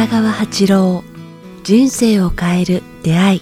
北川八郎、人生を変える出会い。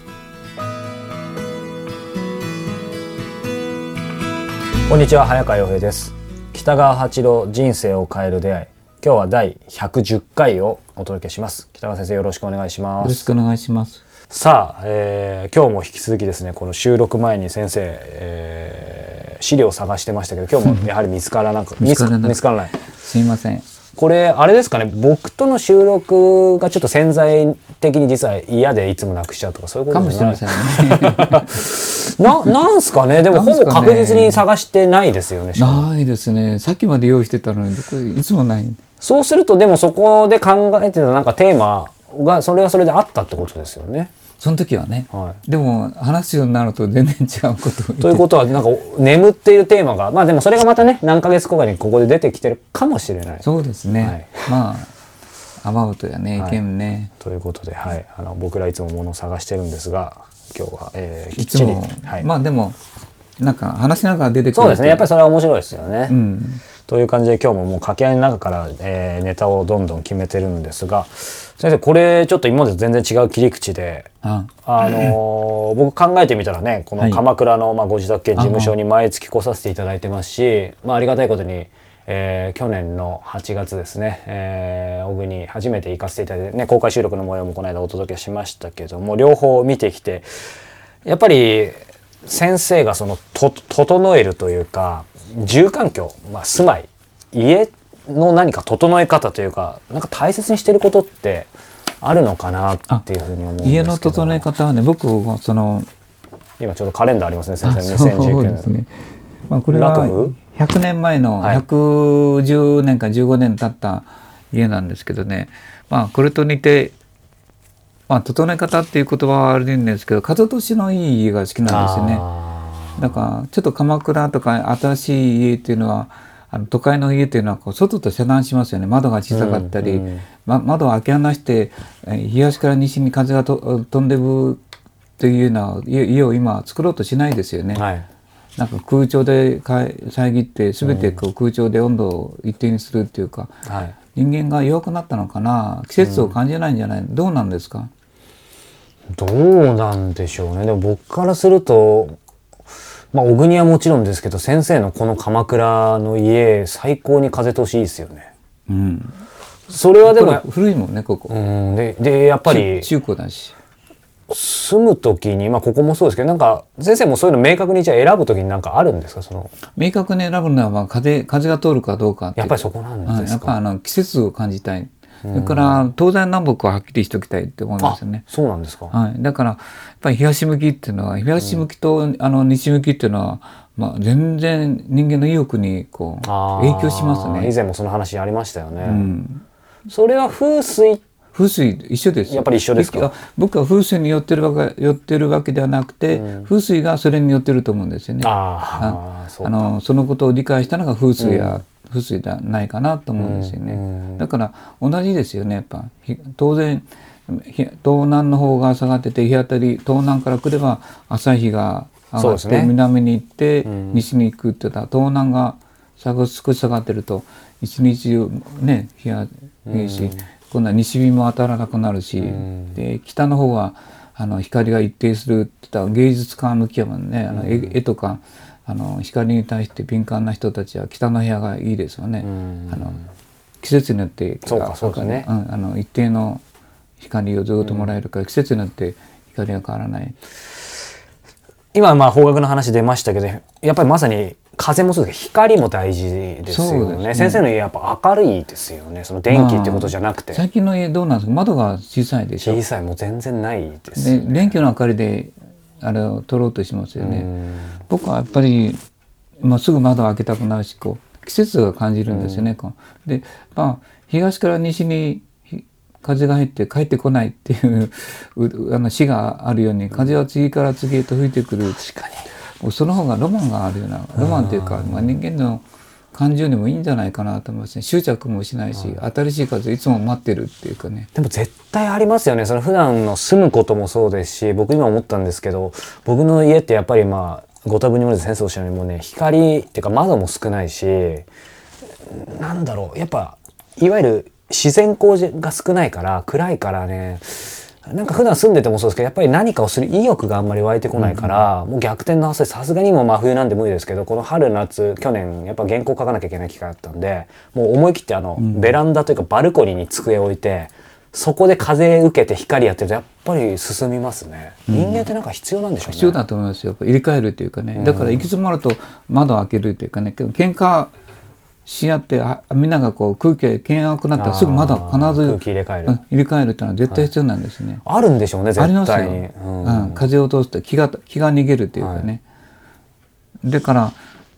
こんにちは、早川洋平です。北川八郎、人生を変える出会い。今日は第110回をお届けします。北川先生、よろしくお願いします。 よろしくお願いします。 さあ、今日も引き続きですね、この収録前に先生、資料を探してましたけど、今日もやはり見つからない。 すいません。 これあれですかね、僕との収録がちょっと潜在的に実は嫌でいつもなくしちゃうとか、そういうことじゃないかもしれませんね。 なんすかね。でもほぼ確実に探してないですよね。 ないですね。さっきまで用意してたのにこれいつもない。 そうするとでもそこで考えてたなんかテーマがそれはそれであったってことですよね。 その時はね、 はい、 でも話すようになると全然違うことをということはなんか眠っているテーマがまあでもそれがまたね何ヶ月後かにここで出てきてるかもしれない。 そうですね、 はい、 まあアバウトやね、意見ね、 ということで、はい、僕らいつもものを探してるんですが今日は、きっいつも、はい、まあでもなんか話しながら出てくる。 そうですね、やっぱりそれは面白いですよね、 うん、 という感じで今日ももう掛け合いの中から、ネタをどんどん決めてるんですが、先生これちょっと今までと全然違う切り口で僕考えてみたらね、この鎌倉の、ご自宅兼事務所に毎月来させていただいてますし、ありがたいことに、去年の8月ですね、小国初めて行かせていただいて、ね、公開収録の模様もこの間お届けしましたけども、両方見てきてやっぱり先生がその整えるというか住環境、住まい、家の何か整え方というか、なんか大切にしてることってあるのかなっていうふうに思うんですけど。 家の整え方はね、僕はその今ちょうどカレンダーありますね、先生。 そうですね。これは100年前の110年か15年経った家なんですけどね、これと似て、整え方っていう言葉は悪いんですけど、風通しのいい家が好きなんですよね。だからちょっと鎌倉とか新しい家っていうのは都会の家っていうのはこう外と遮断しますよね。窓が小さかったり、窓を開け放して東から西に風が飛んでるっていうような家を今作ろうとしないですよね。 はい、 なんか空調で遮って全てこう空調で温度を一定にするっていうか、人間が弱くなったのかな、季節を感じないんじゃない、どうなんですか？ どうなんでしょうね。でも僕からすると小国はもちろんですけど、先生のこの鎌倉の家最高に風通しいいですよね。 うん、 それはでも古いもんね、ここ。 でやっぱり中古だし、 住む時にここもそうですけど、なんか先生もそういうの明確にじゃあ選ぶ時になんかあるんですか？その明確に選ぶのは風が通るかどうかって、 やっぱりそこなんですか？ やっぱ季節を感じたい。それから東西南北ははっきりしておきたいって思いますよね。 そうなんですか？ だからやっぱり東向きっていうのは、東向きと西向きっていうのは、全然人間の意欲にこう影響しますね。 以前もその話ありましたよね。それは風水一緒です。 やっぱり一緒ですか？ 僕は風水に寄ってるわけではなくて、風水がそれに寄ってると思うんですよね。そのことを理解したのが風水ではないかなと思うんですよね。だから同じですよね。やっぱ当然東南の方が下がってて、日当たり東南から来れば朝日が上がって、南に行って西に行くって言ったら、東南が少し下がってると一日中ね日がいいし、今度は西日も当たらなくなるし、で北の方は光が一定するって言ったら芸術家向きやもんね。絵とか光に対して敏感な人たちは北の部屋がいいですよね。季節によって一定の光をずっともらえるから、季節によって光が変わらない。 今方角の話出ましたけど、やっぱりまさに風もそうですけど光も大事ですよね。先生の家やっぱ明るいですよね。その電気ってことじゃなくて。 最近の家どうなんですか？窓が小さいでしょ？ 小さい、もう全然ないですよね。 で電気の明かりであれを取ろうとしますよね。僕はやっぱり、すぐ窓を開けたくなるし、季節が感じるんですよね。で、東から西に風が入って帰ってこないっていう詩があるように、風は次から次へと吹いてくる。 確かにその方がロマンがあるような、ロマンというか、人間の感情にもいいんじゃないかなと思いますね。執着もしないし、新しい風いつも待ってるっていうかね。 でも絶対ありますよね。その普段の住むこともそうですし、僕今思ったんですけど、僕の家ってやっぱりご多分に漏れず先生おっしゃるようにもうね、光っていうか窓も少ないし、なんだろう、やっぱいわゆる自然光が少ないから暗いからね、なんか普段住んでてもそうですけど、やっぱり何かをする意欲があんまり湧いてこないから、もう逆転の発想で、さすがにもう真冬なんで無理ですけど、この春夏去年やっぱ原稿書かなきゃいけない機会あったんで、もう思い切ってベランダというかバルコニーに机を置いて、そこで風受けて光やってるとやっぱり進みますね。人間ってなんか必要なんでしょうね。 必要だと思いますよ。やっぱ入れ替えるっていうかね。だから行き詰まると窓を開けるっていうかね、喧嘩し合ってみんながこう空気が険悪くなったらすぐ窓必ず空気入れ替える、 入れ替えるっていうのは絶対必要なんですね。 あるんでしょうね、絶対に。 ありますよ。風を通すと気が逃げるっていうかね。だから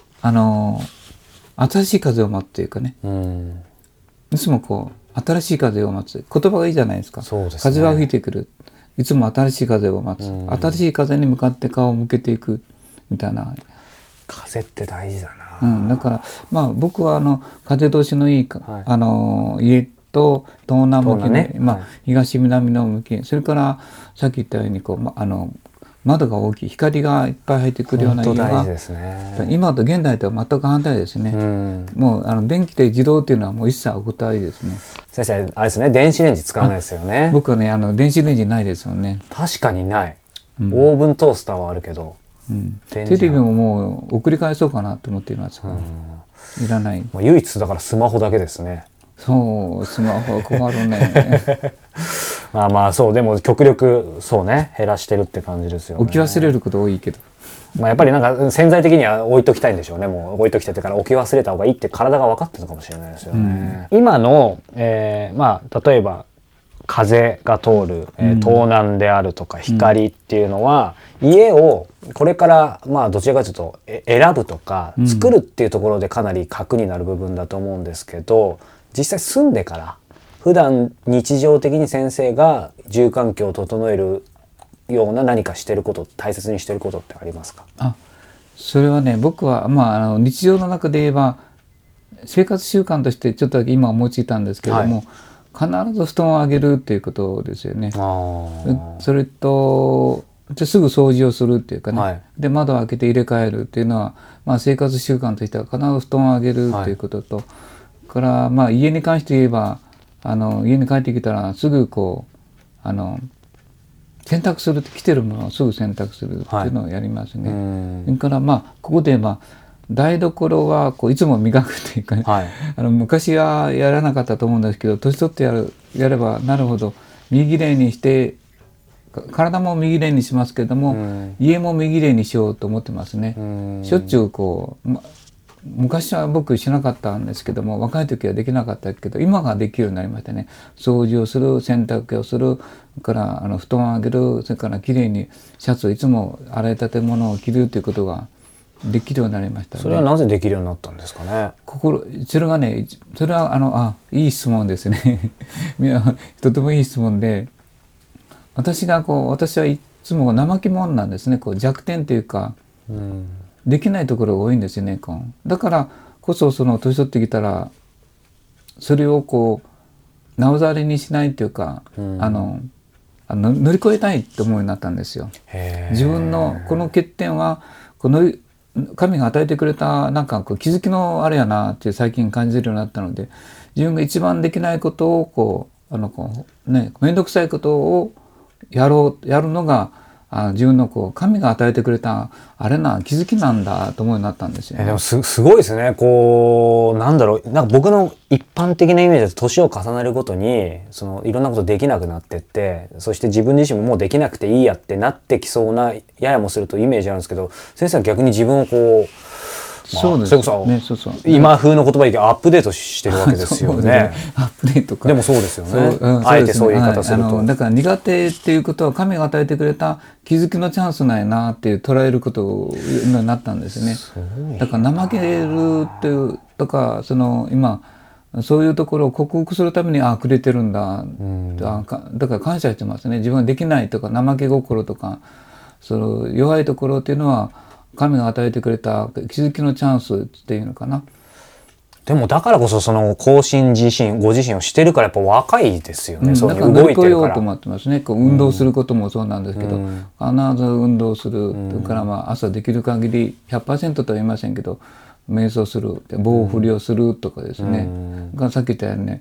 新しい風を待つっていうかね。いつもこう新しい風を待つ言葉がいいじゃないですか。 そうですね。 風は吹いてくる。いつも新しい風を待つ。新しい風に向かって顔を向けていくみたいな。 風って大事だな。 だから僕は風通しのいい家と東南向きの、東南の向き、それからさっき言ったようにこう窓が大きい光がいっぱい入ってくるような家が、今と現代とは全く反対ですね。もう電気で自動っていうのはもう一切お断りですね。 先生あれですね、電子レンジ使わないですよね。 僕はね電子レンジないですよね。 確かにない。オーブントースターはあるけど。 テレビももう送り返そうかなと思っています。いらない。 唯一だからスマホだけですね。 そうスマホは困るね。 そうでも極力そうね減らしてるって感じですよね。 置き忘れること多いけど。 やっぱりなんか潜在的には置いときたいんでしょうね。もう置いときたいってから置き忘れた方がいいって体が分かってるのかもしれないですよね。今の、例えば風が通る、東南であるとか光っていうのは、家をこれからどちらかというと選ぶとか作るっていうところでかなり核になる部分だと思うんですけど、実際住んでから普段日常的に先生が住環境を整えるような何かしてること、大切にしてることってありますか？ それはね、僕は日常の中で言えば生活習慣としてちょっとだけ今思いついたんですけれども、必ず布団をあげるっていうことですよね。それとすぐ掃除をするっていうかね、で窓を開けて入れ替えるっていうのは、生活習慣としては必ず布団をあげるっていうことと、から家に関して言えば家に帰ってきたらすぐこう洗濯するって、着てるものをすぐ洗濯するっていうのをやりますね。それからここで台所はこういつも磨くっていうかね、昔はやらなかったと思うんですけど、年取ってやればなるほど右霊にして、体も右霊にしますけれども、家も右霊にしようと思ってますね。しょっちゅうこう、昔は僕しなかったんですけども、若い時はできなかったけど今ができるようになりましたね。掃除をする、洗濯をする、から布団をあげる、それからきれいにシャツをいつも洗いたてものを着るということができるようになりましたね。 それはなぜできるようになったんですかね。 それがね、それはいい質問ですね。とてもいい質問で、私はいつも怠け者なんですね。こう弱点というか、できないところが多いんですよね。だからこそ年取ってきたらそれをこうなおざりにしないというか、乗り越えたいと思うようになったんですよ。自分のこの欠点は神が与えてくれたなんか気づきのあれやなって最近感じるようになったので、自分が一番できないことを面倒くさいことをやるのが自分の神が与えてくれた気づきなんだと思うようになったんですよね。 でもすごいですね。なんか僕の一般的なイメージだと、年を重ねるごとにいろんなことできなくなってって、そして自分自身ももうできなくていいやってなってきそうな、ややもするとイメージあるんですけど、先生は逆に自分をそうですね。 今風の言葉でアップデートしてるわけですよね。 アップデートか。 でもそうですよね。あえてそういう言い方すると。 だから苦手っていうことは神が与えてくれた気づきのチャンスなんやなって捉えることになったんですね。だから怠けるっていうとか、今そういうところを克服するためにくれてるんだ。だから感謝してますね。自分ができないとか怠け心とか、弱いところっていうのは神が与えてくれた気づきのチャンスっていうのかな。 でもだからこそご自身をしてるからやっぱ若いですよね。 だから乗り越えようと思ってますね。運動することもそうなんですけど、必ず運動する。それから朝できる限り 100% とは言いませんけど瞑想する、棒振りをするとかですね。さっき言ったようにね、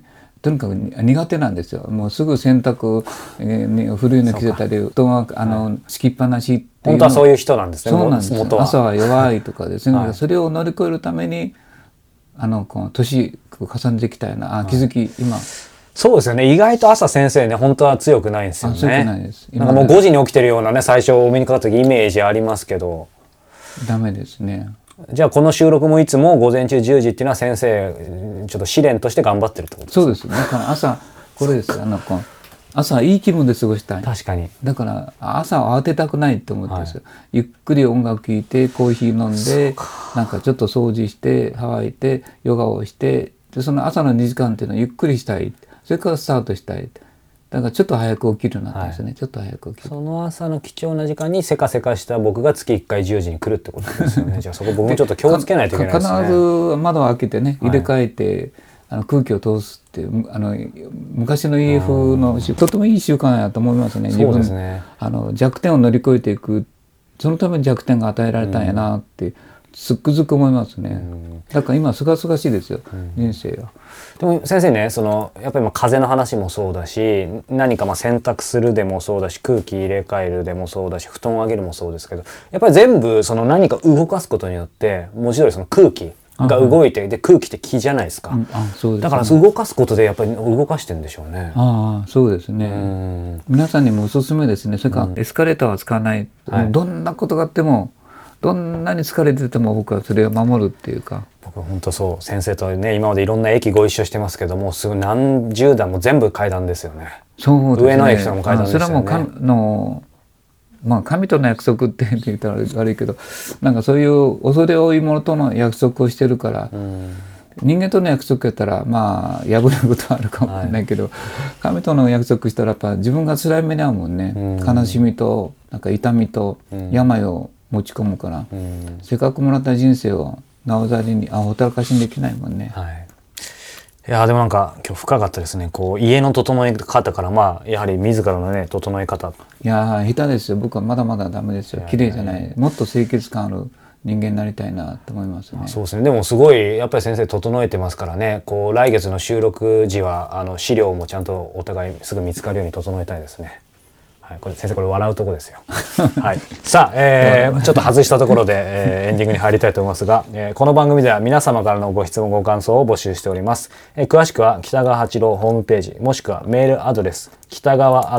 とにかく苦手なんですよ。もうすぐ洗濯、古いの着せたり、布団は敷きっぱなしっていう。 本当はそういう人なんですね。 そうなんですよ。朝は弱いとかですね。それを乗り越えるためにこの年を重ねていきたいな。気づき今。 そうですよね。意外と朝先生ね、本当は強くないんですよね。 強くないです。 なんかもう5時に起きてるようなね、最初お目にかかった時イメージありますけど。 ダメですね。 じゃあこの収録もいつも午前中10時っていうのは先生ちょっと試練として頑張ってるってことですか？ そうですね。だから朝これです。朝いい気分で過ごしたい。 確かに。 だから朝は慌てたくないと思ってるんですよ。ゆっくり音楽聴いてコーヒー飲んでなんかちょっと掃除して乾いてヨガをしてでその朝の2時間っていうのはゆっくりしたい。それからスタートしたい。だからちょっと早く起きるようになったんですね、ちょっと早く起きる。 その朝の貴重な時間にせかせかした僕が月1回10時に来るってことですよね。じゃあそこ僕もちょっと気をつけないといけないですね。 必ず窓を開けてね入れ替えて、空気を通すって昔の家風のとてもいい習慣だと思いますね。 そうですね。 弱点を乗り越えていくそのために弱点が与えられたんやなってつくづく思いますね。だから今すがすがしいですよ、人生は。 でも先生ね、やっぱり風の話もそうだし、何か洗濯するでもそうだし、空気入れ替えるでもそうだし、布団を上げるもそうですけど、やっぱり全部何か動かすことによって文字通り空気が動いて、で空気って気じゃないですか。 そうですね。 だから動かすことでやっぱり動かしてるんでしょうね。 そうですね。皆さんにもおすすめですね。それからエスカレーターは使わない。どんなことがあってもどんなに疲れてても僕はそれを守るっていうか。 僕は本当そう、先生とね今までいろんな駅ご一緒してますけども、すぐ何十段も全部階段ですよね。 そうですね。 上の駅とかも階段ですよね。 それはもう神との約束って言ったら悪いけど、なんかそういう恐れ多いものとの約束をしてるから、人間との約束やったら破ることはあるかもしれないけど、神との約束したらやっぱ自分が辛い目に遭うもんね。悲しみとなんか痛みと病を持ち込むから、せっかくもらった人生をなおざりにほったらかしにできないもんね。 いやでもなんか今日深かったですね。家の整え方からやはり自らのね整え方。 いや下手ですよ。僕はまだまだダメですよ。綺麗じゃない。もっと清潔感ある人間になりたいなと思いますね。 そうですね。でもすごいやっぱり先生整えてますからね。来月の収録時は資料もちゃんとお互いすぐ見つかるように整えたいですね。これ先生これ笑うとこですよ。さあ、ちょっと外したところで、エンディングに入りたいと思いますが、この番組では皆様からのご質問ご感想を募集しております。詳しくは北川八郎ホームページもしくはメールアドレス北川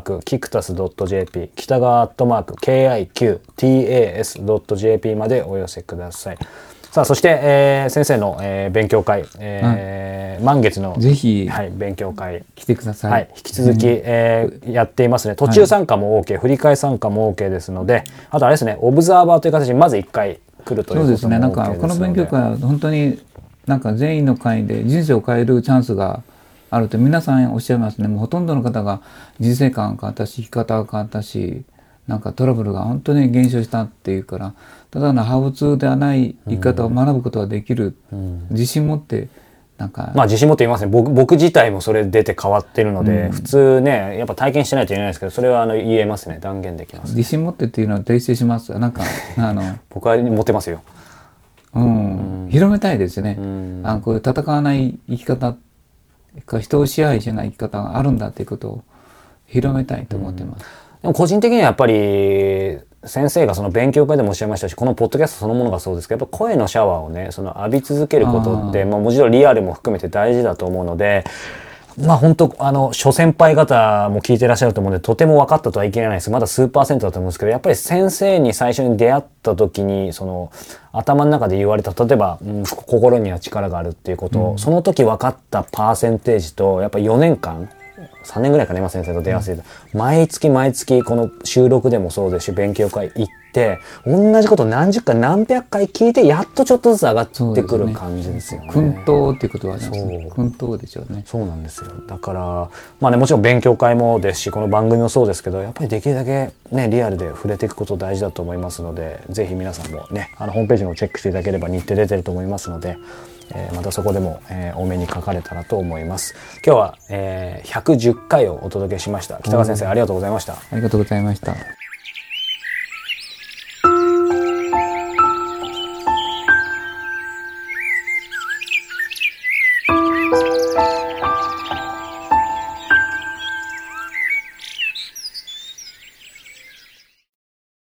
@kictas.jp 北川@KIQTAS.jp までお寄せください。さあそして、先生の、勉強会、満月のぜひ、 勉強会来てください。 引き続き、やっていますね。途中参加も OK、振り替え参加も OK ですので、あとあれですね、オブザーバーという形でまず1回来るということも OK ですので。そうですね。なんかこの勉強会は本当になんか全員の会で人生を変えるチャンスがあると皆さんおっしゃいますね。もうほとんどの方が人生観が変わったし生き方が変わったし、なんかトラブルが本当に減少したっていうから、ただのハウツーではない生き方を学ぶことができる、自信持ってなんか自信持って言いますね。僕自体もそれ出て変わってるので、普通ねやっぱ体験してないと言えないですけど、それは言えますね。断言できます、 自信持ってっていうのは訂正します。なんか僕は持ってますよ。 広めたいですね。こういう戦わない生き方か人を支配しない生き方があるんだっていうことを広めたいと思ってます。 でも個人的にはやっぱり先生がその勉強会でもおっしゃいましたし、このポッドキャストそのものがそうですけど、やっぱ声のシャワーをね浴び続けることってもちろんリアルも含めて大事だと思うので、本当諸先輩方も聞いてらっしゃると思うので、とても分かったとは言い切れないです。まだ数%だと思うんですけど、やっぱり先生に最初に出会った時に頭の中で言われた、例えば、心には力があるっていうこと、その時分かったパーセンテージと、やっぱり4年間3年ぐらいかね、先生と出会わせて、毎月この収録でもそうですし勉強会行って同じこと何十回何百回聞いて、やっとちょっとずつ上がってくる感じですよね。 薫陶っていうことはね、薫陶でしょうね。 そうなんですよ。だからもちろん勉強会もですし、この番組もそうですけど、やっぱりできるだけねリアルで触れていくこと大事だと思いますので、ぜひ皆さんもねホームページのチェックしていただければ日程出てると思いますので、またそこでも、お目にかかれたらと思います。今日は、110回をお届けしました。北川先生、ありがとうございました。 ありがとうございました。